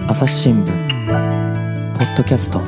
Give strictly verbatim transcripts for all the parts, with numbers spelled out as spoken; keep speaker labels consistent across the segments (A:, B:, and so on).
A: 朝日新聞ポッドキャスト。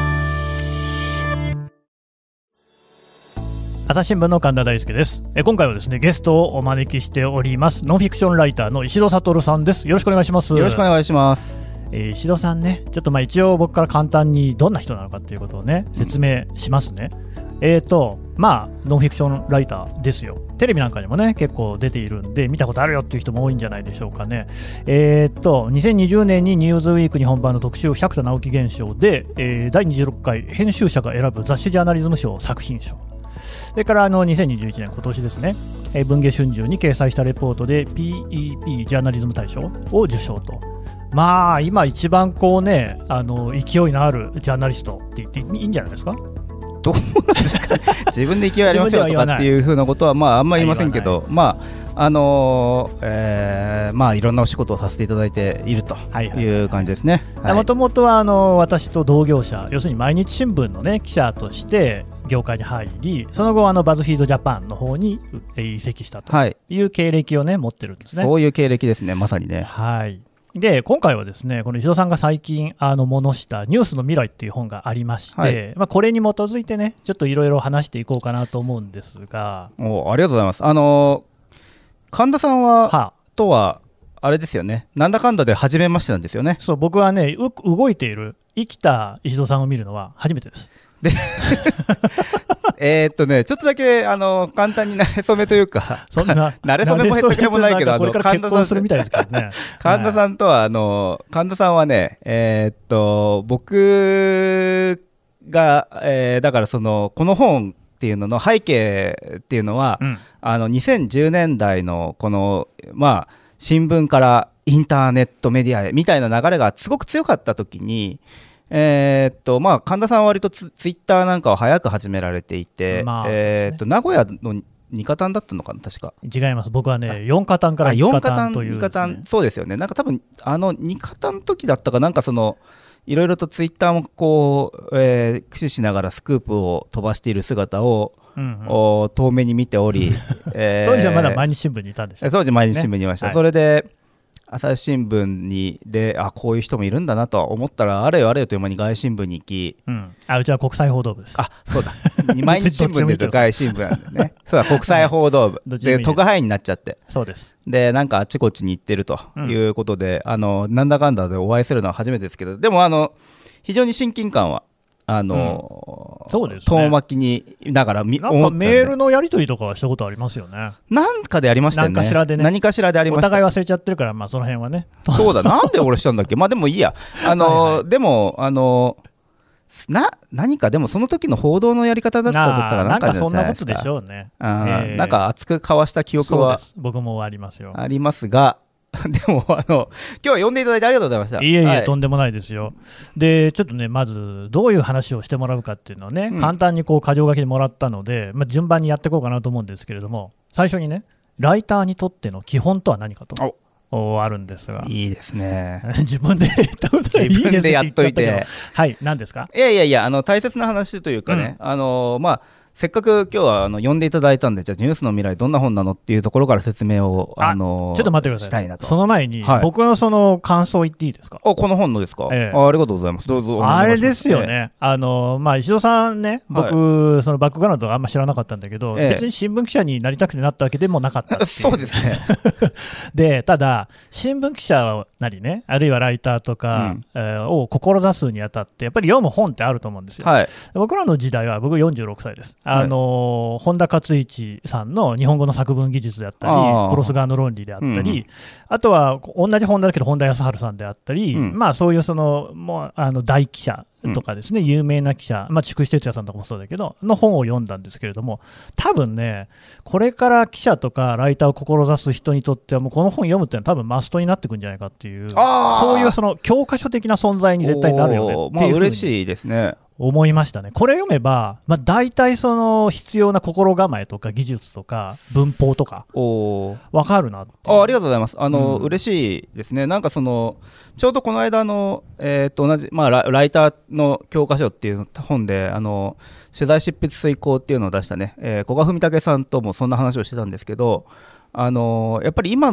B: 朝日新聞の神田大輔です。え今回はですねゲストをお招きしております。ノンフィクションライターの石戸悟さんです。よろしくお願いします。
C: よろしくお願いします。
B: えー、石戸さんね、ちょっとまあ一応僕から簡単にどんな人なのかっていうことをね説明しますね、うん、えーとまあノンフィクションライターですよ。テレビなんかにもね結構出ているんで見たことあるよっていう人も多いんじゃないでしょうかね。えーとにせんにじゅうねんにニューズウィーク日本版の特集百田直樹現象で、えー、だいにじゅうろっかい編集者が選ぶ雑誌ジャーナリズム賞作品賞、それからあのにせんにじゅういちねん今年ですね、えー、文藝春秋に掲載したレポートで ピーイーピー ジャーナリズム大賞を受賞と。まあ今一番こうねあの勢いのあるジャーナリストって言っていいんじゃないですか。
C: どうなんですか自分で勢いありますよとかっていうふうなことはまああんまり言いませんけど、まああのーえー、まあいろんなお仕事をさせていただいているという感じですね。
B: もともとはあの私と同業者、要するに毎日新聞のね記者として業界に入り、その後あのバズフィードジャパンの方に移籍したという経歴をね持ってるんですね。
C: そういう経歴ですね、まさにね。
B: はい。で今回はですねこの石戸さんが最近あの物したニュースの未来っていう本がありまして、はい、まあ、これに基づいてねちょっといろいろ話していこうかなと思うんですが。
C: おありがとうございます。あの神田さんは、はあ、とはあれですよね、なんだかんだで初めましてなんですよね。
B: そう、僕はねう動いている生きた石戸さんを見るのは初めてです。
C: でえーっとねちょっとだけあの簡単に慣れ初めというか、そんな慣れ初めもへったくれもないけど、
B: これから結婚するみたいですからね。
C: 神田さんとはあの神田さんはねえーっと僕が、えー、だからそのこの本っていうのの背景っていうのは、うん、あのにせんじゅうねんだいのこのまあ新聞からインターネットメディアへみたいな流れがすごく強かった時に、えーっとまあ、神田さんは割とツ, ツイッターなんかを早く始められていて、まあえーっと名古屋のにかたんだったのかな確か。
B: 違います。僕はねよんかたんからにかたんという、ね、
C: にかたんそうですよね。なんか多分あのにかたんの時だったかなんかそのいろいろとツイッターもこう、えー、駆使しながらスクープを飛ばしている姿を、うんうん、遠目に見ており、
B: えー、当時はまだ毎日新聞にいたんですよ。
C: 当時毎日新聞にいました、ね、はい、それで朝日新聞にであこういう人もいるんだなとは思ったら、あれよあれよという間に外新聞に行き、
B: うん、あうちは国際報道部です。
C: あそうだ毎日新聞で言うと外新聞なんだねそうだ国際報道部で特派員になっちゃって、
B: そうです。
C: でなんかあっちこっちに行ってるということで、うん、あのなんだかんだでお会いするのは初めてですけど、でもあの非常に親近感はあのーうん、ね、遠巻きにだからみ
B: なんかメールのやり取りとかはしたことありますよね。
C: なんかでありましたよね。
B: 何かしらでね。
C: 何かしらでありました。
B: お互い忘れちゃってるから、まあ、その辺はね。
C: そうだ、なんで俺したんだっけまあでもいいや。あのーはいはい、でもあのー、な何かでもその時の報道のやり方だっただったらなんかじゃないですか。
B: なんかそんなことでしょうね。
C: あ、えー、なんか熱く交わした記憶は
B: 僕もありますよ。
C: ありますが。でもあの今日は呼んでいただいてありがとうございました。
B: いえいえ、
C: はい、
B: とんでもないですよ。でちょっとねまずどういう話をしてもらうかっていうのをね、うん、簡単にこう箇条書きでもらったので、まあ、順番にやっていこうかなと思うんですけれども、最初にねライターにとっての基本とは何かとあるんですが。
C: いいですね
B: 自分で言ったことでいいですね。
C: 自分でやっといて
B: はい何ですか。
C: いやいやいやあの大切な話というかね、うん、あのまあせっかく今日はあの呼んでいただいたんで、じゃあニュースの未来どんな本なのっていうところから説明をあの
B: ちょっと待ってください。
C: したいなと。
B: その前に、はい、僕のその感想言っていいですか。
C: あこの本のですか、ええ、あ, ありがとうございます。どうぞ。
B: あれですよね、ええ、あのまあ、石戸さんね僕、はい、そのバックグラウンドはあんま知らなかったんだけど、ええ、別に新聞記者になりたくてなったわけでもなかったっていう
C: そうですね
B: でただ新聞記者なりねあるいはライターとか、うんえー、を志すにあたってやっぱり読む本ってあると思うんですよ、はい、僕らの時代は僕よんじゅうろくさいです。あの、はい、本田勝一さんの日本語の作文技術であったりクロス側の論理であったり、うん、あとは同じ本田だけど本田康晴さんであったり、うん、まあそういうそのもうあの大記者とかですね、うん、有名な記者、まあ、筑紫哲也さんとかもそうだけどの本を読んだんですけれども、多分ねこれから記者とかライターを志す人にとってはもうこの本読むっていうのは多分マストになってくるんじゃないかっていう、そういうその教科書的な存在に絶対になるよねっていうふうに、まあ、嬉しいですね思いましたね。これ読めば、まあ、大体その必要な心構えとか技術とか文法とか分かるなって。
C: あ, ありがとうございます。あの、うん、嬉しいですね。なんかそのちょうどこの間の、えー、と同じ、まあ、ラ, ライターの教科書っていう本であの取材執筆遂行っていうのを出したね、えー、古賀文武さんともそんな話をしてたんですけど、あのやっぱり今の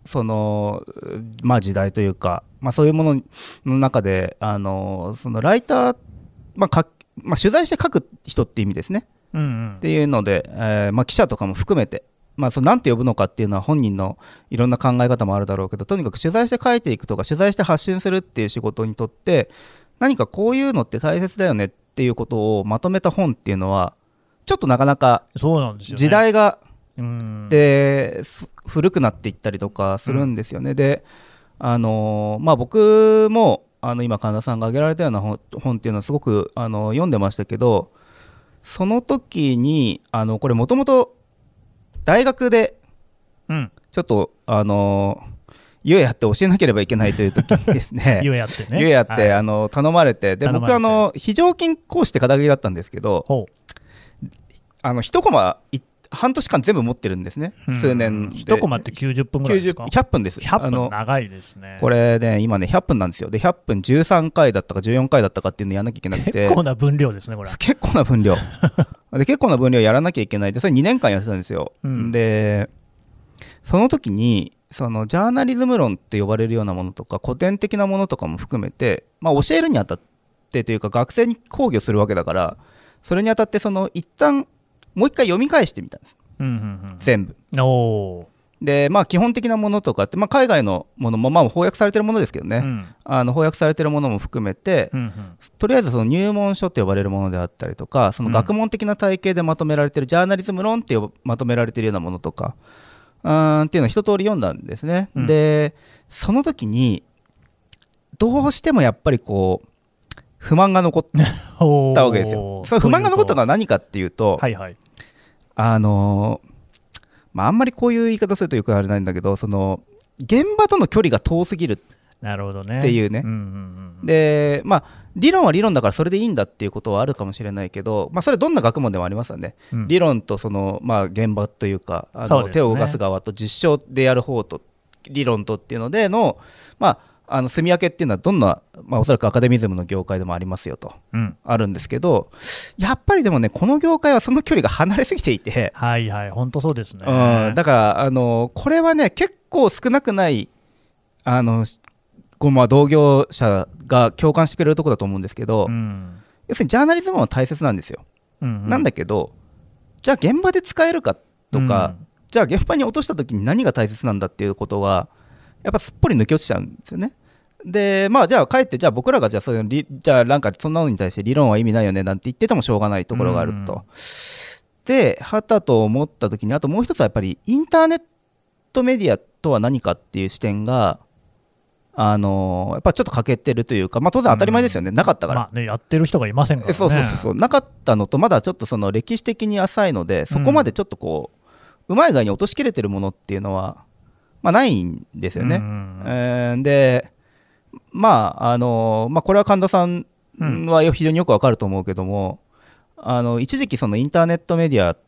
C: その、まあ、時代というか、まあ、そういうものの中であのそのライター、まあかまあ、取材して書く人っていう意味ですね、うんうん、っていうので、えーまあ、記者とかも含めて、まあ、その何て呼ぶのかっていうのは本人のいろんな考え方もあるだろうけど、とにかく取材して書いていくとか取材して発信するっていう仕事にとって何かこういうのって大切だよねっていうことをまとめた本っていうのはちょっとなかなか時代がで古くなっていったりとかするんですよね、うん、で、あのーまあ、僕もあの今神田さんが挙げられたような 本, 本っていうのはすごくあの読んでましたけど、その時にあのこれもともと大学でちょっと、うん、あのゆえやって教えなければいけないという時にですね
B: ゆえやってね
C: ゆえやって、はい、あの頼まれて、で僕あの非常勤講師って肩書きだったんですけど、あの一コマ半年間全部持ってるんですね、うん、数年で
B: 一コマってきゅうじゅっぷんぐらいですか。
C: ひゃっぷんです。
B: ひゃっぷん長いですね。
C: これね今ねひゃっぷんなんですよ。でひゃっぷんじゅうさんかいだったかじゅうよんかいだったかっていうのをやらなきゃいけなくて、
B: 結構な分量ですねこれ。
C: 結構な分量で結構な分量やらなきゃいけないで、それにねんかんやってたんですよ、うん、でその時にそのジャーナリズム論って呼ばれるようなものとか古典的なものとかも含めて、まあ、教えるにあたってというか学生に講義をするわけだから、それにあたってその一旦もう一回読み返してみたんです、うんうんうん、全部。おで、まあ、基本的なものとかって、まあ、海外のものも、まあ、翻訳されてるものですけどね、うん、あの翻訳されてるものも含めて、うんうん、とりあえずその入門書と呼ばれるものであったりとか、その学問的な体系でまとめられてる、うん、ジャーナリズム論ってまとめられてるようなものとかうんっていうのを一通り読んだんですね、うん、でその時にどうしてもやっぱりこう不満が残ったわけですよ。その不満が残ったのは何かっていうと、はいはい、あのまあ、あんまりこういう言い方するとよくあれないんだけど、その現場との距離が遠すぎるっていうね、でまあ理論は理論だからそれでいいんだっていうことはあるかもしれないけど、まあ、それはどんな学問でもありますよね、うん、理論とその、まあ、現場というかあの、ね、手を動かす側と実証でやる方と理論とっていうのでの、まあ、あの住み分けっていうのはどんな、まあ、おそらくアカデミズムの業界でもありますよと、うん、あるんですけど、やっぱりでもねこの業界はその距離が離れすぎていて、
B: はいはい本当そうですね、
C: うん、だからあのこれはね結構少なくないあのまあ、同業者が共感してくれるところだと思うんですけど、うん、要するにジャーナリズムは大切なんですよ、うんうん、なんだけどじゃあ現場で使えるかとか、うん、じゃあ現場に落とした時に何が大切なんだっていうことはやっぱすっぽり抜け落ちちゃうんですよね。でまあじゃあかえってじゃあ僕らがじゃあそういうじゃあなんかそんなのに対して理論は意味ないよねなんて言っててもしょうがないところがあると、うん、ではたと思った時にあともう一つはやっぱりインターネットメディアとは何かっていう視点があのー、やっぱちょっと欠けてるというか、まあ、当然当たり前ですよね、うん、なかったから、
B: まあね、やってる人がいませんからね。
C: そうそうそうそうなかったのとまだちょっとその歴史的に浅いのでそこまでちょっとこう、うん、うまい具合に落としきれてるものっていうのは、まあ、ないんですよね、うんえー、でまああのーまあ、これは神田さんは非常によくわかると思うけども、うん、あの一時期そのインターネットメディアって、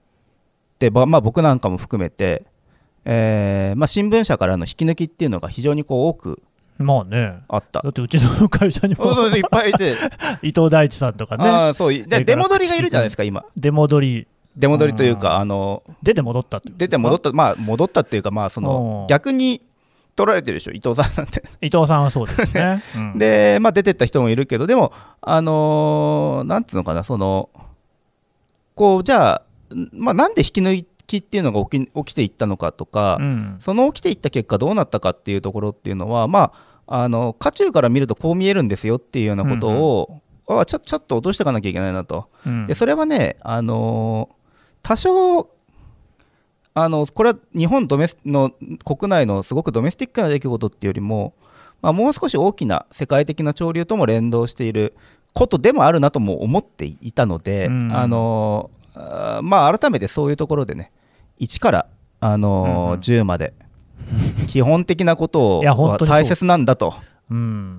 C: まあ、僕なんかも含めて、えーまあ、新聞社からの引き抜きっていうのが非常にこう多く
B: まあね、
C: あった。
B: だってうちの会社にも
C: いっぱいいて
B: 伊藤大地さんとかね、
C: あそうで出戻りがいるじゃないですか今。
B: 出戻り
C: 出戻りというかあの
B: 出て戻ったって
C: 出て戻ったまあ戻ったっていうかまあその逆に取られてるでしょ伊藤さんなんて。
B: 伊藤さんはそうですね。
C: うん、でまあ出てった人もいるけどでもあのー、なんていうのかなそのこうじゃあまあなんで引き抜いてっていうのが起き、起きていったのかとか、うん、その起きていった結果どうなったかっていうところっていうのは、まあ、あの渦中から見るとこう見えるんですよっていうようなことを、うんうん、あちょ、ちょっと落としていかなきゃいけないなと、うん、でそれはね、あの多少あのこれは日本ドメスの国内のすごくドメスティックな出来事っていうよりも、まあ、もう少し大きな世界的な潮流とも連動していることでもあるなとも思っていたので、うん、あのあまあ改めてそういうところでねいちから、あのーうんうん、じゅうまで基本的なことを大切なんだと、うん、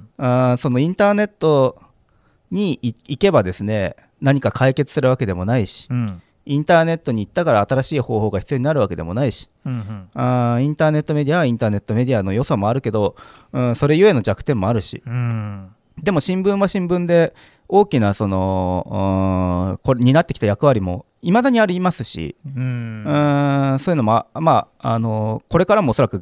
C: あそのインターネットに行けばですね何か解決するわけでもないし、うん、インターネットに行ったから新しい方法が必要になるわけでもないし、うんうん、あインターネットメディアはインターネットメディアの良さもあるけど、うん、それゆえの弱点もあるし、うんでも新聞は新聞で大きなそのこれになってきた役割もいまだにありますし、うんうんそういうのも、まあ、あのこれからもおそらく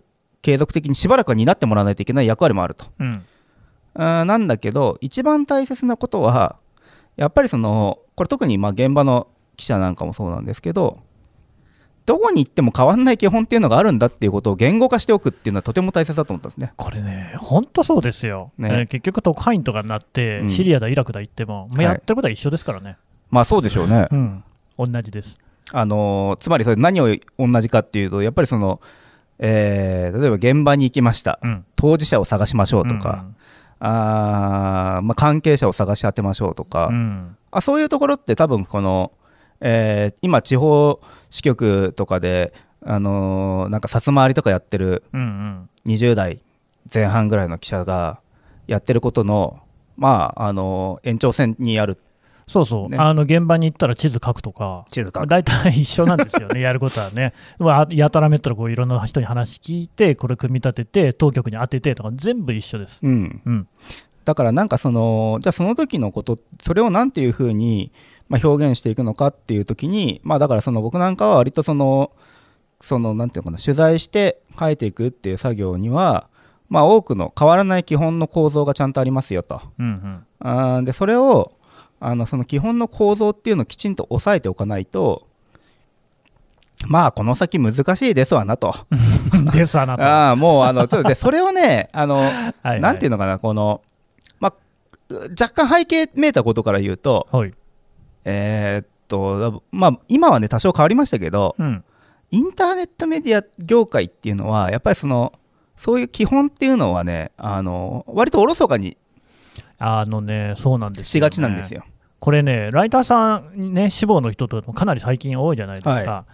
C: 継続的にしばらくは担ってもらわないといけない役割もあると、
B: うん、
C: あなんだけど一番大切なことはやっぱりそのこれ特にまあ現場の記者なんかもそうなんですけど、どこに行っても変わんない基本っていうのがあるんだっていうことを言語化しておくっていうのはとても大切だと思ったんですね。
B: これね、本当そうですよ、ねえー、結局特派員とかになって、うん、シリアだイラクだ行っても、まあ、やってることは一緒ですからね、はい、
C: まあそうでしょうね、
B: うん、同じです。
C: あのー、つまりそれ何を同じかっていうと、やっぱりその、えー、例えば現場に行きました、うん、当事者を探しましょうとか、うんうん、あまあ、関係者を探し当てましょうとか、うん、あそういうところって多分この、えー、今地方支局とかで、あのー、なんか札回りとかやってるにじゅう代前半ぐらいの記者がやってることの、まああのー、延長線にある。
B: そうそう、ね、あの現場に行ったら地図書くとか、大体一緒なんですよね、やることはね、やたらめったらこういろんな人に話聞いて、これ組み立てて、当局に当ててとか、全部一緒です、
C: うんうん、だからなんかその、じゃあその時のこと、それをなんていうふうにまあ表現していくのかっていう時に、まあ、だからその僕なんかは割とその、そのなんていうのかな、取材して書いていくっていう作業には、まあ、多くの変わらない基本の構造がちゃんとありますよと、うんうん、あでそれをあのその基本の構造っていうのをきちんと押さえておかないと、まあこの先難しいですわなと
B: ですわなと
C: あもうあのちょっとでそれをねあのはい、はい、なんていうのかな、この、まあ、若干背景めいたことから言うと、はい、えー、っとまあ今はね多少変わりましたけど、うん、インターネットメディア業界っていうのはやっぱりそのそういう基本っていうのはね、あの割とおろそかに
B: あのねそうなんですよね、
C: しがちなんですよ。
B: これね、ライターさん、ね、志望の人とかもかなり最近多いじゃないですか、はい、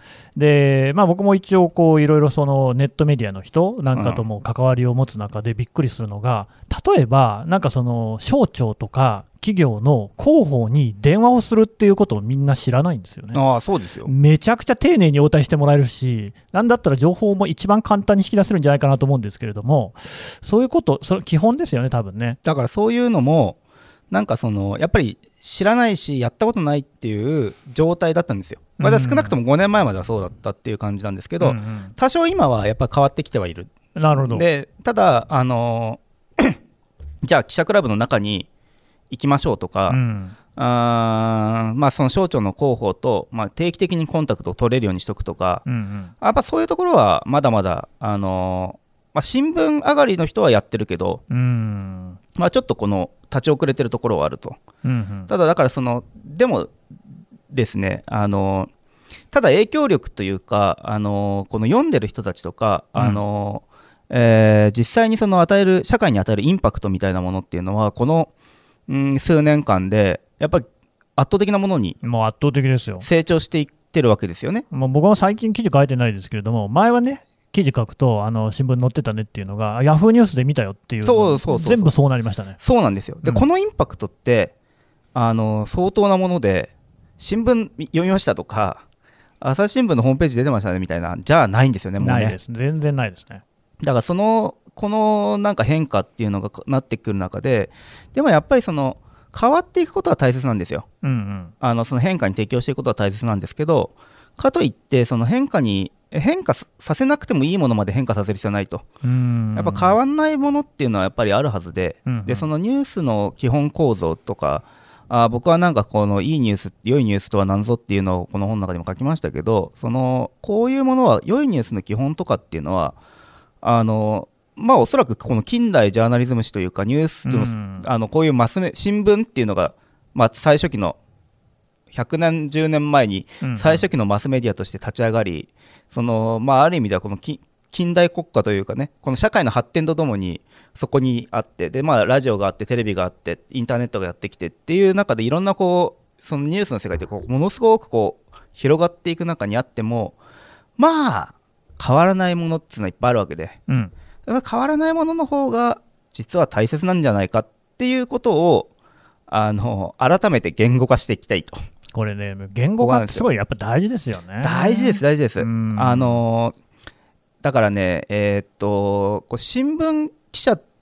B: でまあ、僕も一応こう、いろいろそのネットメディアの人なんかとも関わりを持つ中でびっくりするのが、うん、例えば、なんかその省庁とか企業の広報に電話をするっていうことをみんな知らないんですよね。
C: ああ、そうですよ。
B: めちゃくちゃ丁寧に応対してもらえるし、なんだったら情報も一番簡単に引き出せるんじゃないかなと思うんですけれども、そういうこと、それ基本ですよね、多分ね。
C: だからそういうのもなんかそのやっぱり知らないしやったことないっていう状態だったんですよ。まだ少なくともごねんまえまではそうだったっていう感じなんですけど、うんうん、多少今はやっぱり変わってきてはいる。
B: なるほど。
C: でただあのじゃあ記者クラブの中に行きましょうとか、うん、あまあその省庁の広報と、まあ、定期的にコンタクトを取れるようにしとくとか、うんうん、やっぱそういうところはまだまだあのまあ、新聞上がりの人はやってるけど、うんまあ、ちょっとこの立ち遅れてるところはあると、うんうん、ただだからそのでもですね、あのただ影響力というか、あのこの読んでる人たちとか、うんあのえー、実際にその与える社会に与えるインパクトみたいなものっていうのはこの、うん、数年間でやっぱり圧倒的なものに
B: もう圧倒的ですよ。
C: 成長していってるわけですよね。
B: もう僕は最近記事書いてないですけれども、前はね記事書くとあの新聞載ってたねっていうのがヤフーニュースで見たよっていうの全部そうなりましたね。
C: そうなんですよ。で、うん、このインパクトってあの相当なもので、新聞読みましたとか朝日新聞のホームページ出てましたねみたいなじゃあないんですよね。もうね
B: ないです、全然ないですね。
C: だからそのこのなんか変化っていうのがなってくる中で、でもやっぱりその変わっていくことは大切なんですよ、うんうん、あのその変化に適応していくことは大切なんですけど、かといってその変化に変化させなくてもいいものまで変化させる必要はないと。うんやっぱ変わんないものっていうのはやっぱりあるはずで、うんうん、でそのニュースの基本構造とか、あ僕はなんかこのいいニュース良いニュースとは何ぞっていうのをこの本の中でも書きましたけど、そのこういうものは良いニュースの基本とかっていうのはあのまあおそらくこの近代ジャーナリズム史というかニュースの、うん、あのこういうマスメ新聞っていうのが、まあ、最初期のひゃくねんじゅうねんまえに最初期のマスメディアとして立ち上がり、そのまあ、ある意味ではこの近代国家というかね、この社会の発展とともにそこにあって、で、まあ、ラジオがあってテレビがあってインターネットがやってきてっていう中でいろんなこうそのニュースの世界ってこうものすごくこう広がっていく中にあっても、まあ変わらないものっていうのはいっぱいあるわけで、うん、だから変わらないものの方が実は大切なんじゃないかっていうことをあの改めて言語化していきたいと。
B: これね、言語化ってすごいやっぱ大事ですよね。
C: 大事です大事です。あのだからね、えー、っとこう新聞記者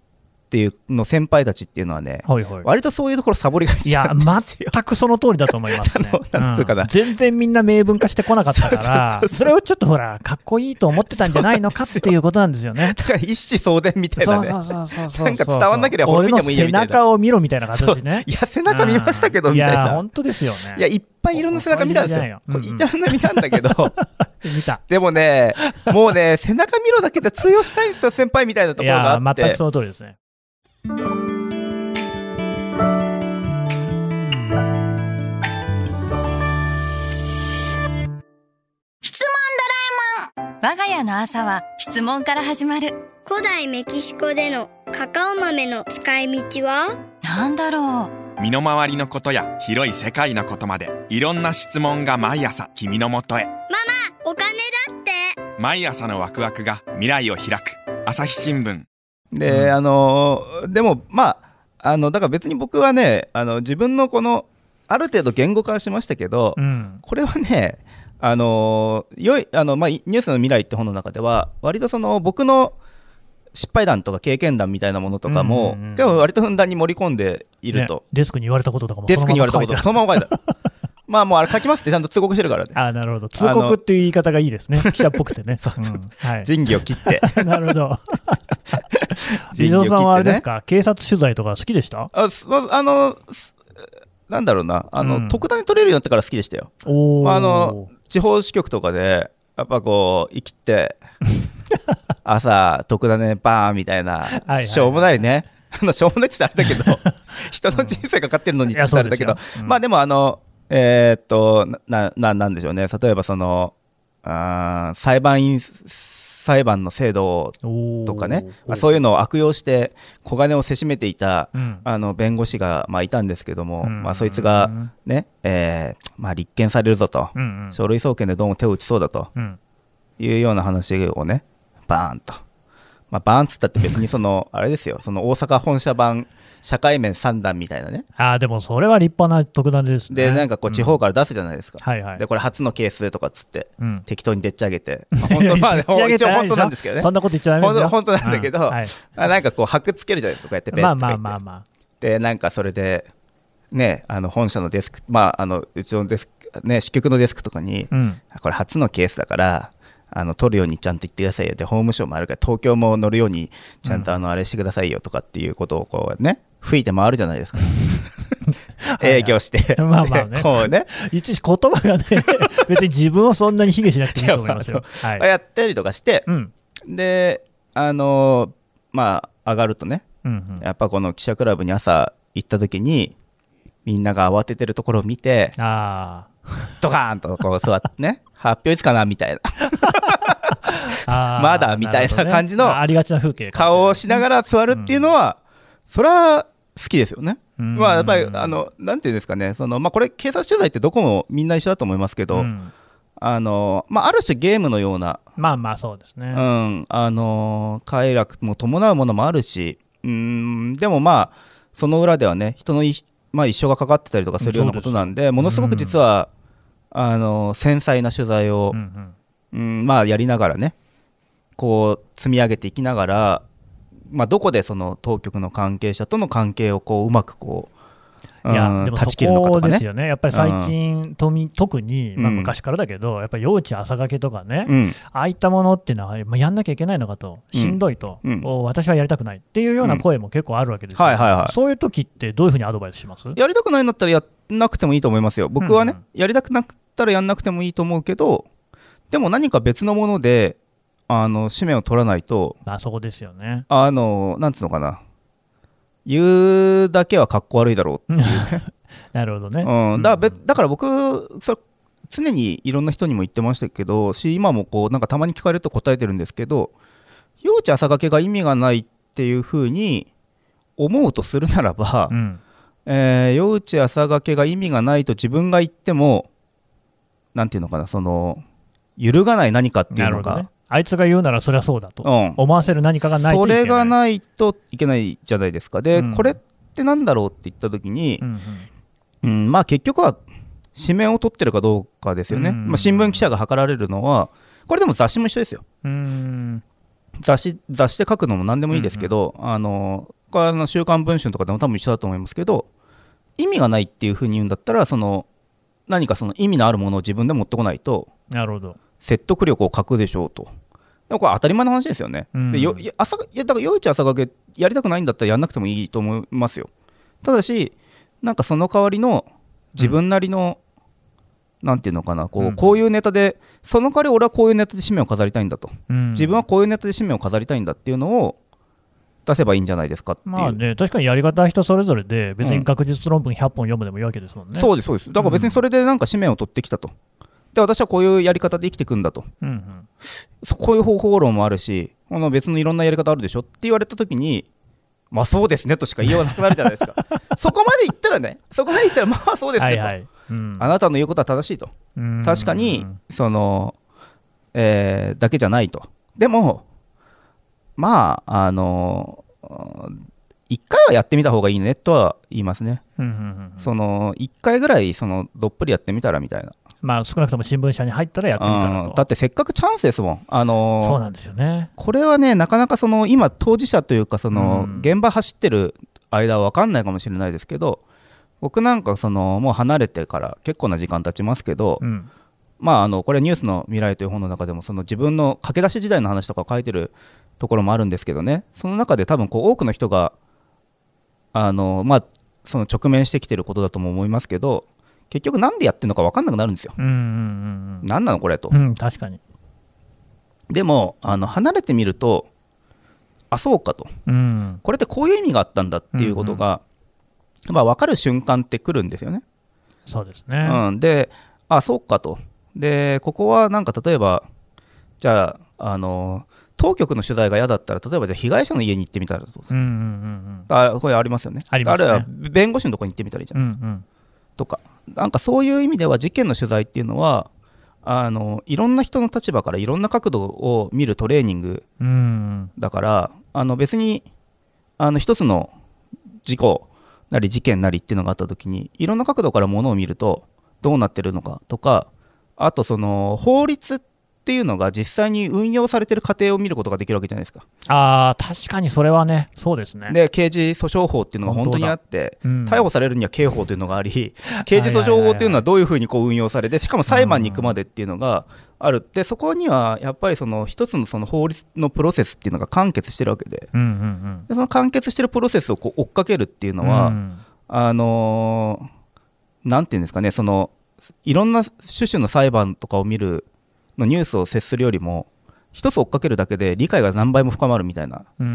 C: っていうの先輩たちっていうのはね、はいはい、割とそういうところサボりがちなんですよ。
B: いや全くその通りだと思いますね。
C: なんつうかな、
B: うん、全然みんな明文化してこなかったからそれをちょっとほらかっこいいと思ってたんじゃないのかっていうことなんですよね。
C: だから一子相伝みたいなね、
B: そうそうそうそう
C: なんか伝わんなければ俺見てもいいよみたいな、
B: 背中を見ろみたいな形ね。
C: いや背中見ましたけどみたいな、
B: いや本当ですよね。
C: いやいっぱいいろんな背中見たんですよ。いろんな見たんだけど
B: 見た。
C: でもねもうね背中見ろだけで通用しないんですよ先輩みたいなところがあって。
B: いや全くその通りですね。
D: 我が家の朝は質問から始まる。
E: 古代メキシコでのカカオ豆の使い道は
D: なんだろ
F: う。身の回りのことや広い世界のことまでいろんな質問が毎朝君のもとへ。ママ、
E: お金だって。
F: 毎朝のワクワクが未来を開く。朝日新聞
C: で、うん、あのでもまああのだから別に僕はねあの自分のこのある程度言語化はしましたけど、うん、これはねあのよいあの、まあ、ニュースの未来って本の中では割とその僕の失敗談とか経験談みたいなものとかも、うんうんうん、でも割とふんだんに盛り込んでいると、ね、
B: デスクに言われたこととかも
C: デスクに言われたことそのまま書いてあるまあもうあれ書きますってちゃんと通告してるからね。
B: あなるほど、通告っていう言い方がいいですね、記者っぽくてね。
C: そうそう、うんはい、仁義を切って
B: なるほど伊藤さんはあれですか、警察取材とか好きでした？
C: ああのなんだろうなあの、うん、特段に取れるようになってから好きでしたよ。お、まあ、あの地方支局とかでやっぱこう生きて朝特ダネバーンみたいなしょうもないねあのしょうもないって言ったらあれだけど人の人生かかってるのにって言ったらあれだけど、うん、まあでもあのえー、っとなななんでしょうね、例えばそのあ裁判員裁判の制度とかね、まあ、そういうのを悪用して小金をせしめていた、うん、あの弁護士が、まあ、いたんですけども、うんまあ、そいつが、ねえーまあ、立件されるぞと、うんうん、書類送検でどうも手を打ちそうだというような話をねバーンと、まあ、バーンっつったって別にそのあれですよ、その大阪本社版社会面さんだんみたいなね。
B: あでもそれは立派な特段ですね。
C: でなんかこう地方から出すじゃないですか、
B: うんはいはい、
C: でこれ初のケースとかっつって、うん、適当にでっち上げて、まあ、本当まあ一応本当なんですけどね、
B: そんなこと言っちゃダメですよ。
C: 本当なんだけど、うんはい、なんかこう箔つけるじゃないですか、こうやってペッて
B: まあまあまあまあ
C: でなんかそれでねあの本社のデスク、まああのうちのデスクね支局のデスクとかに、うん、これ初のケースだからあの取るようにちゃんと言ってくださいよ、で法務省もあるから東京も乗るようにちゃんとあのあれしてくださいよとかっていうことをこうね吹いて回るじゃないですか営業して
B: まあまあね
C: こうね
B: 一時言葉がね別に自分をそんなに卑下しなくていいと思いますよ
C: はい、やったりとかして、うん、であのまあ上がるとね、うんうん、やっぱこの記者クラブに朝行った時にみんなが慌ててるところを見てあドカーンとこう座ってね発表いつかなみたいなまだみたいな感じの顔をしながら座るっていうのはそれは好きですよね。まあやっぱりあのなんていうんですかね、そのまあこれ警察取材ってどこもみんな一緒だと思いますけど、うんあのまあある種ゲームのような
B: まあまあそうですね、
C: うんあの快楽も伴うものもあるし、うんでもまあその裏ではね人のい、まあ、一生がかかってたりとかするようなことなんで、ものすごく実は、うん、あの繊細な取材を、うんうんうん、まあやりながらねこう積み上げていきながら、まあ、どこでその当局の関係者との関係をこううまくこう、
B: いや、うん、でもそこですよね、やっぱり最近、うん、特に、まあ、昔からだけど、うん、やっぱり幼稚朝掛けとかね、うん、ああいったものっていうのは、まあ、やんなきゃいけないのかと、しんどいと、うん、私はやりたくないっていうような声も結構あるわけですよ、はいはいはい、そういう時ってどういうふうにアドバイスします？
C: やりたくないんだったらやんなくてもいいと思いますよ。僕はね、うんうん、やりたくなかったらやんなくてもいいと思うけど、でも何か別のものであの使命を取らないと、
B: あそこですよね、
C: あのなんつうのかな、言うだけはかっこ悪いだろうっていうね
B: なるほどね、
C: うん、だから、だから僕それ常にいろんな人にも言ってましたけどし、今もこうなんかたまに聞かれると答えてるんですけど、幼稚朝掛けが意味がないっていうふうに思うとするならば、うんえー、幼稚朝掛けが意味がないと自分が言ってもなんていうのかな、その揺るがない何かっていうのが、ね、
B: あいつが言うならそりゃそうだと、うん、思わせる何かがないといけない、
C: それがないといけないじゃないですか。で、うん、これってなんだろうって言った時に、うんうんうん、まあ結局は紙面を取ってるかどうかですよね、うんうんまあ、新聞記者が図られるのはこれでも雑誌も一緒ですよ、うん雑誌、雑誌で書くのも何でもいいですけど、うんうん、あのあの週刊文春とかでも多分一緒だと思いますけど、意味がないっていうふうに言うんだったら、その何かその意味のあるものを自分で持ってこないと
B: なるほど
C: 説得力を欠くでしょうと。でもこれ当たり前の話ですよね、うん、でよいや朝いやだから夜市朝掛けやりたくないんだったらやんなくてもいいと思いますよ。ただしなんかその代わりの自分なりの、うん、なんていうのかなこう、うん、こういうネタでその代わり俺はこういうネタで締めを飾りたいんだと、うん、自分はこういうネタで締めを飾りたいんだっていうのを出せばいいんじゃないですかっていう。
B: まあね、確かにやり方は人それぞれで別に学術論文ひゃっぽん読むでもいいわけですもんね、
C: うん、そうですそうです。だから別にそれでなんか締めを取ってきたと、で私はこういうやり方で生きていくんだと、うんうん、こういう方法論もあるしこの別のいろんなやり方あるでしょって言われたときに、まあそうですねとしか言いようがなくなるじゃないですかそこまで言ったらねそこまで言ったらまあそうですねと、はいはい、うん、あなたの言うことは正しいと、確かにその、えー、だけじゃないと。でもまああの一回はやってみた方がいいねとは言いますね、うんうんうん、その一回ぐらいそのどっぷりやってみたらみたいな、
B: まあ、少なくとも新聞社に入ったらやってみたらと、
C: うん、だってせっかくチャンスですもん、あのー、
B: そうなんですよね。
C: これはねなかなかその今当事者というかその、うん、現場走ってる間は分かんないかもしれないですけど、僕なんかそのもう離れてから結構な時間経ちますけど、うん、まああのこれニュースの未来という本の中でもその自分の駆け出し時代の話とかを書いてるところもあるんですけどね、その中で多分こう多くの人があのまあその直面してきてることだとも思いますけど、結局なんでやってるのか分かんなくなるんですよ、うんうんうん、何なのこれと、
B: うん、確かに。
C: でもあの離れてみるとあそうかと、うん、これってこういう意味があったんだっていうことが、うんうん、まあ、分かる瞬間ってくるんですよね。
B: そうですね、
C: うん、であそうかと。でここはなんか例えばじゃあ、あの当局の取材が嫌だったら例えばじゃあ被害者の家に行ってみたらどうですか、うんうんうん、あこれありますよね。
B: ありますね。
C: あるいは弁護士のところに行ってみたらいいじゃないですか、うんうん、とかなんかそういう意味では事件の取材っていうのはあのいろんな人の立場からいろんな角度を見るトレーニングだから、うん、あの別にあの一つの事故なり事件なりっていうのがあった時にいろんな角度からものを見るとどうなってるのかとか、あとその法律っていうのが実際に運用されてる過程を見ることができるわけじゃないですか。
B: あー確かにそれはね、そうですね。
C: で刑事訴訟法っていうのが本当にあって、うん、逮捕されるには刑法というのがあり刑事訴訟法っていうのはどういうふうにこう運用されて、しかも裁判に行くまでっていうのがあるって、そこにはやっぱりその一つのその法律のプロセスっていうのが完結してるわけで、うんうんうん、でその完結してるプロセスをこう追っかけるっていうのは、うん、あのー、なんていうんですかね、そのいろんな種々の裁判とかを見るのニュースを接するよりも一つ追っかけるだけで理解が何倍も深まるみたいな、うん、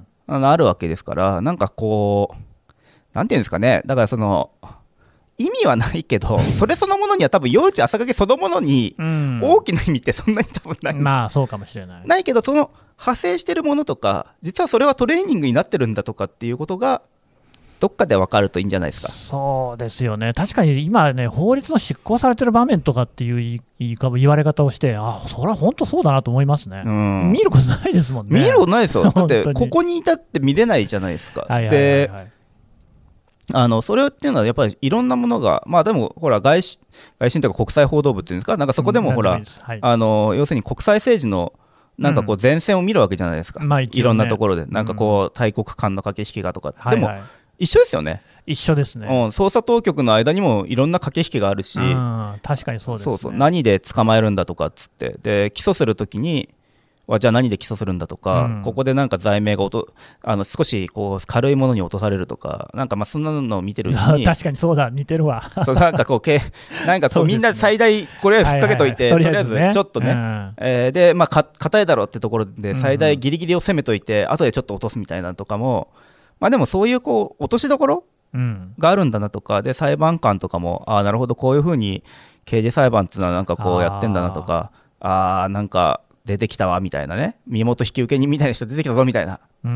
C: あのあるわけですから、なんかこうなんていうんですかね、だからその意味はないけどそれそのものには多分夜市朝掛けそのものに大きな意味ってそんなに多分ないんです、うん、
B: まあそうかもしれない
C: ないけど、その派生してるものとか実はそれはトレーニングになってるんだとかっていうことがどっかで分かるといいんじゃないですか。
B: そうですよね。確かに今ね、法律の執行されてる場面とかっていう言い、言われ方をして、あそれは本当そうだなと思いますね、うん、見ることないですもんね。
C: 見ることないですよ。だってここにいたって見れないじゃないですか。はいはいはいはい、であのそれっていうのはやっぱりいろんなものが、まあでもほら外信外信というか国際報道部っていうんですか、なんかそこでもほら、うんはい、あの要するに国際政治のなんかこう前線を見るわけじゃないですか、うんまあね、いろんなところでなんかこう大国間の駆け引きがとか、うん、でも、はいはい、一緒ですよね。
B: 一緒ですね、うん、
C: 捜査当局の間にもいろんな駆け引きがあるし、うん、
B: 確かにそうですね。
C: そうそう、何で捕まえるんだとかっつって、で起訴するときにはじゃあ何で起訴するんだとか、うん、ここでなんか罪名がおとあの少しこう軽いものに落とされるとか、なんかまあそんなのを見てるうちに
B: 確かにそうだ、似てるわ
C: そうなんかこうけなんかこうみんな最大これふっかけといて、はいはいはい、とりあえずちょっとね、うんえー、でまあか硬いだろうってところで最大ギリギリを攻めといて、うん、後でちょっと落とすみたいなとかも、まあでもそういうこう落としどころがあるんだなとかで、裁判官とかもああなるほどこういうふうに刑事裁判っていうのはなんかこうやってんだなとか、ああなんか出てきたわみたいなね、身元引き受け人みたいな人出てきたぞみたいな、
B: うん、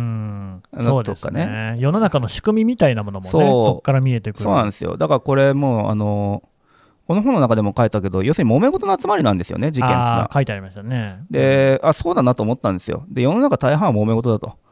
B: そうですね。世の中の仕組みみたいなものもね、そこから見えてくる。
C: そうなんですよ。だからこれもうあのこの本の中でも書いたけど、要するに揉め事の集まりなんですよね、事件っていうのは。
B: 書いてありましたね。
C: で、あそうだなと思ったんですよ。で世の中大半は揉め事だと。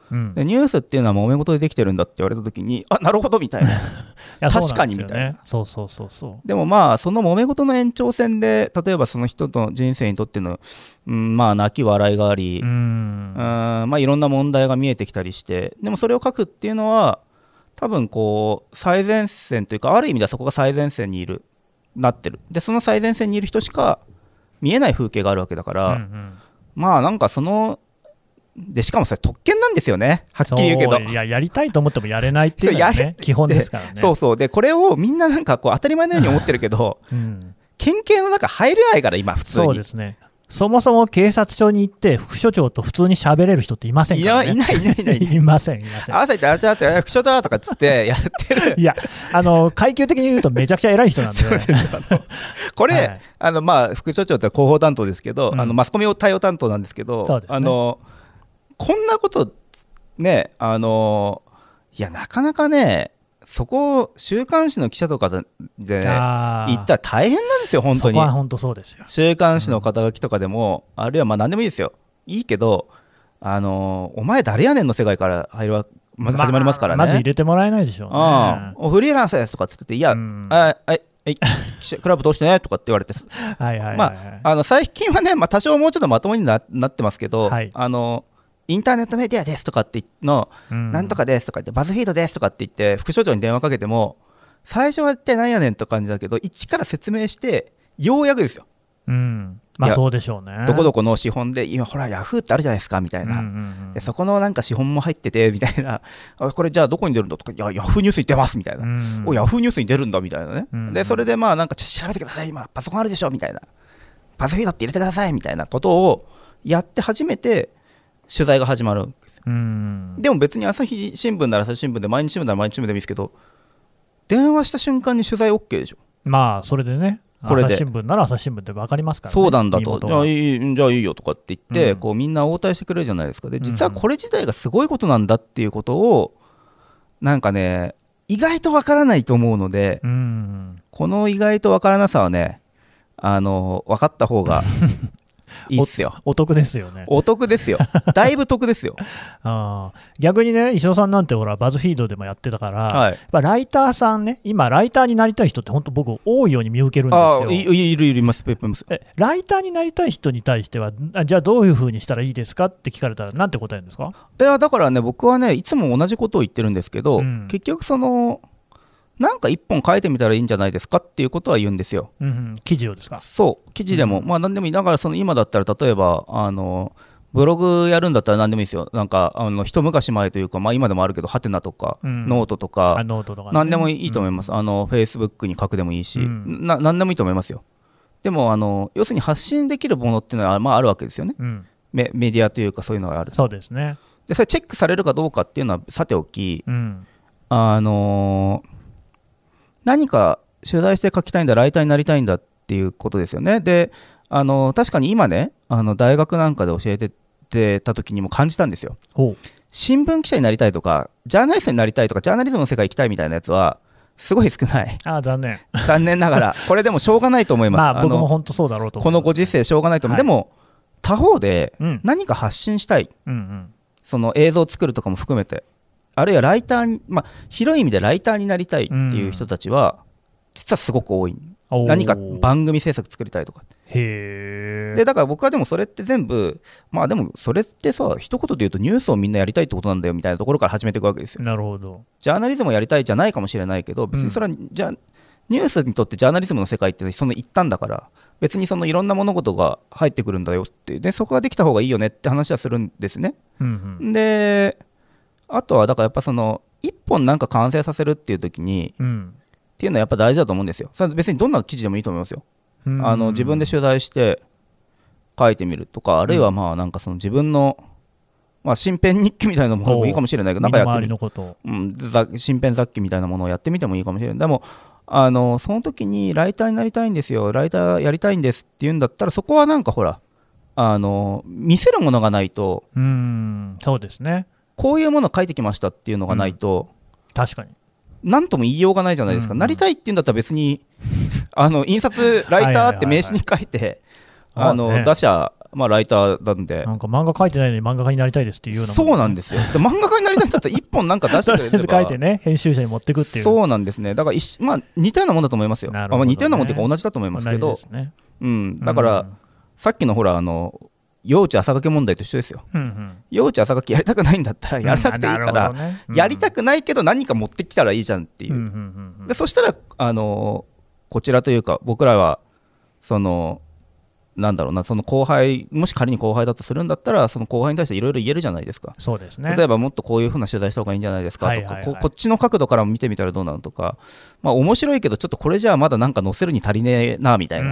B: うん、
C: でニュースっていうのは揉め事でできてるんだって言われたときに、あ、なるほどみたいな、い
B: や
C: 確かにみたいな。
B: そうそうそうそう。
C: でもまあその揉め事の延長線で、例えばその人の人生にとっての、うん、まあ泣き笑いがあり、
B: うん
C: うんまあいろんな問題が見えてきたりして、でもそれを書くっていうのは多分こう最前線というか、ある意味ではそこが最前線にいるなってる。でその最前線にいる人しか見えない風景があるわけだから、
B: うんうん、
C: まあなんかそのでしかもそれ特権なんですよね、はっきり言うけど。
B: いや、やりたいと思ってもやれないっていうのは、ね、基本ですからね。
C: そうそう。でこれをみんななんかこう当たり前のように思ってるけど、うん、県警の中入れないから今普通に。
B: そうですね。そもそも警察署に行って副署長と普通に喋れる人っていませんからね。
C: いや、いないいないいない
B: いませんいません。
C: 朝行ってあちゃあちゃ副署長とかっつってやってる。
B: いや、あの階級的に言うとめちゃくちゃ偉い人なんで。
C: そうですあのこれ、はい、あのまあ副署長って広報担当ですけど、うん、あのマスコミ対応担当なんですけど、
B: そうですね、
C: あのこんなことね、あのいやなかなかね、そこ週刊誌の記者とかで、ね、言ったら大変なんですよ本当に。
B: そこは本当そうですよ。
C: 週刊誌の肩書きとかでも、うん、あるいはまあ何でもいいですよ、いいけど、あのお前誰やねんの世界から入るわ、ま、始まりますからね。
B: まず入れてもらえないでしょうね。
C: ああフリーランスですとかっつってて、いや、うん、ああはいクラブ通してねとかって言われて
B: はいはいはい、はい、
C: まあ、あの最近はね、まあ、多少もうちょっとまともに な, なってますけど、はい、あのインターネットメディアですとかっての、うん、なんとかですとか言ってバズフィードですとかって言って副所長に電話かけても、最初は一体何やねんって感じだけど、一から説明してようやくですよ、
B: うん、まあそうでしょうね。
C: どこどこの資本で今ほらヤフーってあるじゃないですかみたいな、うんうんうん、そこのなんか資本も入っててみたいな、あこれじゃあどこに出るんだとか、いやヤフーニュースに出ますみたいな、うん、おヤフーニュースに出るんだみたいなね、うんうん、でそれでまあなんかちょっと調べてください、今パソコンあるでしょみたいな、バズフィードって入れてくださいみたいなことをやって初めて取材が始まる。うん、でも別に朝日新聞なら朝日新聞で、毎日新聞なら毎日新聞でもいいですけど、電話した瞬間に取材 OK でしょ。
B: まあそれでね、
C: これで
B: 朝日新聞なら朝日新聞って分かりますからね。
C: そうなんだと、じゃあいい、じゃあいいよとかって言って、うん、こうみんな応対してくれるじゃないですか。で実はこれ自体がすごいことなんだっていうことをなんかね、意外と分からないと思うので、うん、この意外と分からなさはね、あの分かった方がいいっすよ。
B: お, お得ですよね。
C: お得ですよ。だいぶ得ですよ。
B: あ逆にね、石尾さんなんてほらバズフィードでもやってたから、はい、やっぱライターさんね、今ライターになりたい人って本当僕多いように見受けるんですよ。
C: あ い, いるいるいますいます
B: えライターになりたい人に対しては、じゃあどういう風にしたらいいですかって聞かれたらなんて答えるんですか？
C: いやだからね、僕はねいつも同じことを言ってるんですけど、うん、結局そのなんか一本書いてみたらいいんじゃないですかっていうことは言うんですよ、
B: うんうん、記事をですか？
C: そう記事でも、うん、まあ何でもいい。だからその今だったら例えばあのブログやるんだったら何でもいいですよ。なんかあの一昔前というか、まあ、今でもあるけどハテナとか、うん、ノートとか、
B: ノートとかね、
C: 何でもいいと思います、うん、あのフェイスブックに書くでもいいし、うん、な何でもいいと思いますよ。でもあの要するに発信できるものっていうのは、まあ、あるわけですよね、うん、メ, メディアというかそういうのがある。
B: そうですね。
C: でそれチェックされるかどうかっていうのはさておき、うん、あのー何か取材して書きたいんだ、ライターになりたいんだっていうことですよね。で、あの確かに今ね、あの大学なんかで教えててた時にも感じたんですよ。新聞記者になりたいとか、ジャーナリストになりたいとか、ジャーナリズムの世界行きたいみたいなやつはすごい少ない。
B: あ残念。
C: 残念ながら、これでもしょうがないと思います。
B: まあ僕も本当そうだろうと思います。
C: このご時世しょうがないと思う。はい、でも他方で何か発信したい、うんうん、その映像を作るとかも含めて。あるいはライターに、まあ、広い意味でライターになりたいっていう人たちは、実はすごく多い。何か番組制作作りたいとか。
B: へ
C: でだから僕はでもそれって全部、まあでもそれってさ、一言で言うとニュースをみんなやりたいってことなんだよみたいなところから始めていくわけですよ。
B: なるほど。
C: ジャーナリズムをやりたいじゃないかもしれないけど、別にそれは、うん、じゃニュースにとってジャーナリズムの世界ってその一端だから、別にそのいろんな物事が入ってくるんだよっていう、でそこができた方がいいよねって話はするんですね。うんうん、であとはだからやっぱその一本なんか完成させるっていう時に、うん、っていうのはやっぱ大事だと思うんですよ。それ別にどんな記事でもいいと思いますよ。あの自分で取材して書いてみるとか、あるいはまあなんかその自分の、まあ、身辺日記みたいなものもいいかもしれないけど、なんかやってみる、うん、身辺雑記みたいなものをやってみてもいいかもしれない。でもあのその時にライターになりたいんですよ、ライターやりたいんですっていうんだったら、そこはなんかほらあの見せるものがないと、
B: うーんそうですね、
C: こういうものを書いてきましたっていうのがないと、
B: うん、確かに
C: 何とも言いようがないじゃないですか、うんうん、なりたいっていうんだったら別にあの印刷ライターって名刺に書いて、はいはいはいはい、あの、ね、出しゃまあ、ライターなんで、
B: なんか漫画描いてないのに漫画家になりたいですっていうような、ね、
C: そうなんですよ。で漫画家になりたいんだったら一本なんか出してくれれば
B: 書いてね、編集者に持っていくっていう。
C: そうなんですね。だから、まあ、似たようなもんだと思いますよ。
B: なるほどね、
C: まあ、似たようなもんっていうか同じだと思いますけど、ね、うん、だから、うん、さっきのほらあの幼稚朝掛け問題と一緒ですよ、うんうん、幼稚朝掛けやりたくないんだったらやらなくていいから、うんねうん、やりたくないけど何か持ってきたらいいじゃんっていう、うんうんうん、でそしたらあのこちらというか僕らはそのなんだろうな、その後輩、もし仮に後輩だとするんだったらその後輩に対していろいろ言えるじゃないですか。
B: そうですね。
C: 例えばもっとこういう風な取材した方がいいんじゃないですかとか、はいはいはい、こ, こっちの角度からも見てみたらどうなのとか、まあ面白いけどちょっとこれじゃあまだなんか載せるに足りねえなみたいな。うん、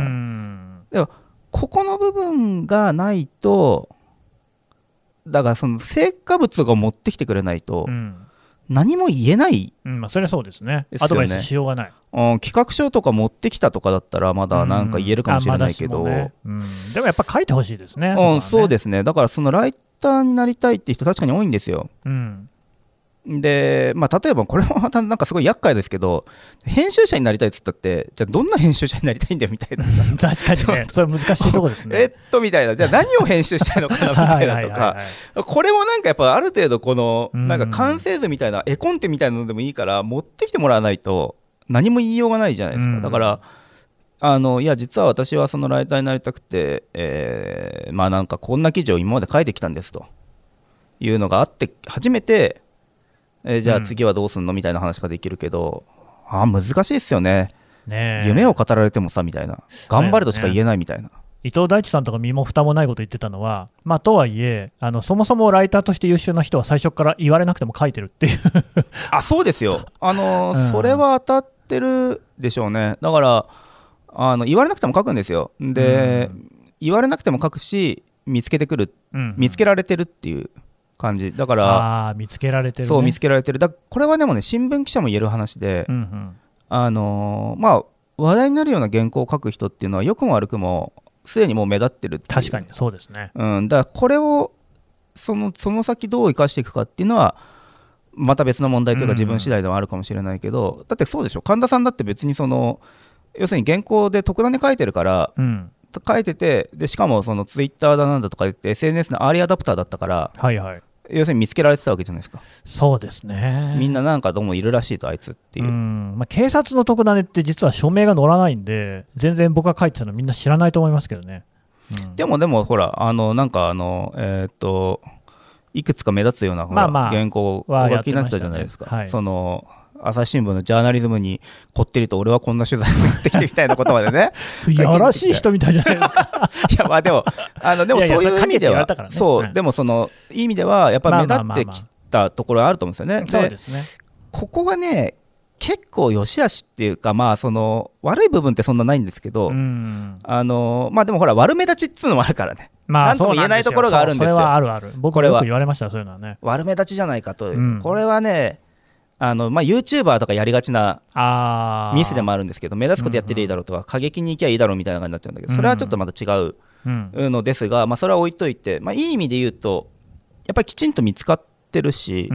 C: でもここの部分がないと、だからその成果物が持ってきてくれないと、うん何も言えない、
B: うんまあ、それはそうですね。アドバイスしようがない、
C: うん、企画書とか持ってきたとかだったらまだなんか言えるかもしれないけど、うん
B: ねうん、でもやっぱ書いてほしいですね。
C: うん、そうですね。だからそのライターになりたいって人確かに多いんですよ、うん、で、まあ、例えばこれもまたなんかすごい厄介ですけど、編集者になりたいって言ったってじゃあどんな編集者になりたいんだよみたいな
B: 確かにねそれ難しいとこですね
C: えっとみたいな、じゃあ何を編集したいのかなみたいなとかこれもなんかやっぱある程度このなんか完成図みたいな絵コンテみたいなのでもいいから持ってきてもらわないと何も言いようがないじゃないですか。だからあのいや実は私はそのライターになりたくて、えー、まあなんかこんな記事を今まで書いてきたんですというのがあって初めてえー、じゃあ次はどうすんのみたいな話ができるけど、うん、あ難しいですよ ね, ね夢を語られてもさみたいな、頑張るとしか言えないみたいな、ね、
B: 伊藤大地さんとか身も蓋もないこと言ってたのは、まあ、とはいえあのそもそもライターとして優秀な人は最初から言われなくても書いてるっていう
C: あそうですよ、あのーうん、それは当たってるでしょうね。だからあの言われなくても書くんですよ。で、うん、言われなくても書くし見つけてくる、うん、見つけられてるっていう感じだから。
B: あ見つけられてる、ね、
C: そう見つけられてる。だこれはでもね新聞記者も言える話で、うんうん、あのー、まあ話題になるような原稿を書く人っていうのは良くも悪くもすでにもう目立ってるっていう。
B: 確かにそうですね、
C: うん、だからこれをその、その先どう生かしていくかっていうのはまた別の問題というか自分次第ではあるかもしれないけど、うん、だってそうでしょ、神田さんだって別にその要するに原稿で特段に書いてるから、うん書いてて、でしかもそのツイッターだなんだとか言って エスエヌエス のアーリーアダプターだったから、はいはい、要するに見つけられてたわけじゃないですか。
B: そうですね。
C: みんななんかどうもいるらしいとあいつっていう、
B: うんまあ、警察の特ダネって実は署名が載らないんで全然僕が書いてたのみんな知らないと思いますけどね、うん、
C: でもでもほらあのなんかあのえー、っといくつか目立つような、まあまあ、原稿をお書きになってたじゃないですか、ねはい、その朝日新聞のジャーナリズムにこってりと俺はこんな取材をやってきてみたいなことまでね
B: いやらしい人みたいじゃないですか
C: いやまあでもあのでもそういう意味ではそう、うん、でもそのいい意味ではやっぱり目立ってきたところあると思うんですよね。
B: そうですね。
C: ここがね結構良し悪しっていうか、まあその悪い部分ってそんなないんですけど、うんあのまあでもほら悪目立ちっつうのもあるからね、まあ、なんとも言えないところがあるんですよ。
B: それはあるある。僕もよく言われましたそういうのはね。
C: 悪目立ちじゃないかという、うん、これはねあのまあ、YouTuber とかやりがちなミスでもあるんですけど、目立つことやってりゃいいだろうとか過激に行きゃいいだろうみたいな感じになっちゃうんだけど、それはちょっとまた違うのですが、まあ、それは置いといて、まあ、いい意味で言うとやっぱりきちんと見つかってるし、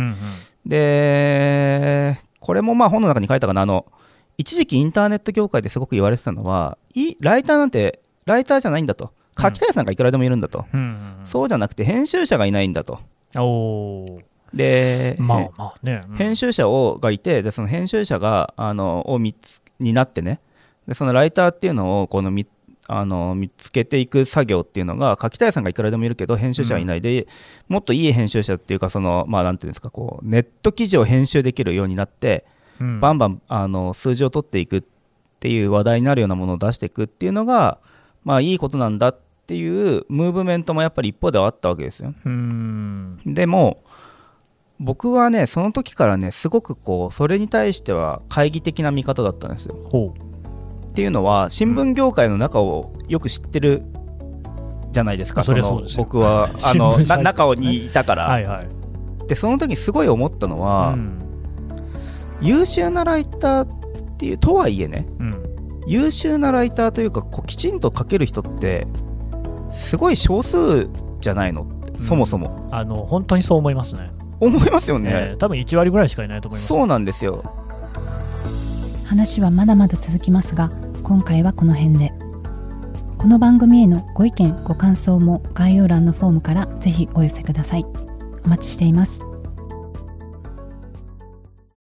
C: でこれもまあ本の中に書いたかな、あの一時期インターネット業界ですごく言われてたのは、いライターなんてライターじゃないんだと、書きたいやつなんかいくらでもいるんだと、そうじゃなくて編集者がいないんだと。おーで、まあまあねうん、編集者をがいて、でその編集者があのを見つになってね、でそのライターっていうのをこの見あの見つけていく作業っていうのが、書きたいさんがいくらでもいるけど編集者はいない、うん、でもっといい編集者っていうか、そのまあなんていうんですか、こうネット記事を編集できるようになって、うん、バンバンあの数字を取っていくっていう話題になるようなものを出していくっていうのが、まあいいことなんだっていうムーブメントもやっぱり一方ではあったわけですよ。うんでも僕はねその時からねすごくこうそれに対しては懐疑的な見方だったんですよ。ほうっていうのは新聞業界の中をよく知ってるじゃないですか、うん、その僕はあのな中にいたから、はいはい、でその時すごい思ったのは、うん、優秀なライターっていうとはいえね、うん、優秀なライターというかこうきちんと書ける人ってすごい少数じゃないのって、うん、そもそも
B: あの本当にそう思いますね。
C: 思いますよね、え
B: ー、多分いち割ぐらいしかいないと思います。
C: そうなんですよ。
G: 話はまだまだ続きますが今回はこの辺で。 この番組へのご意見ご感想も概要欄のフォームからぜひお寄せください。お待ちしています。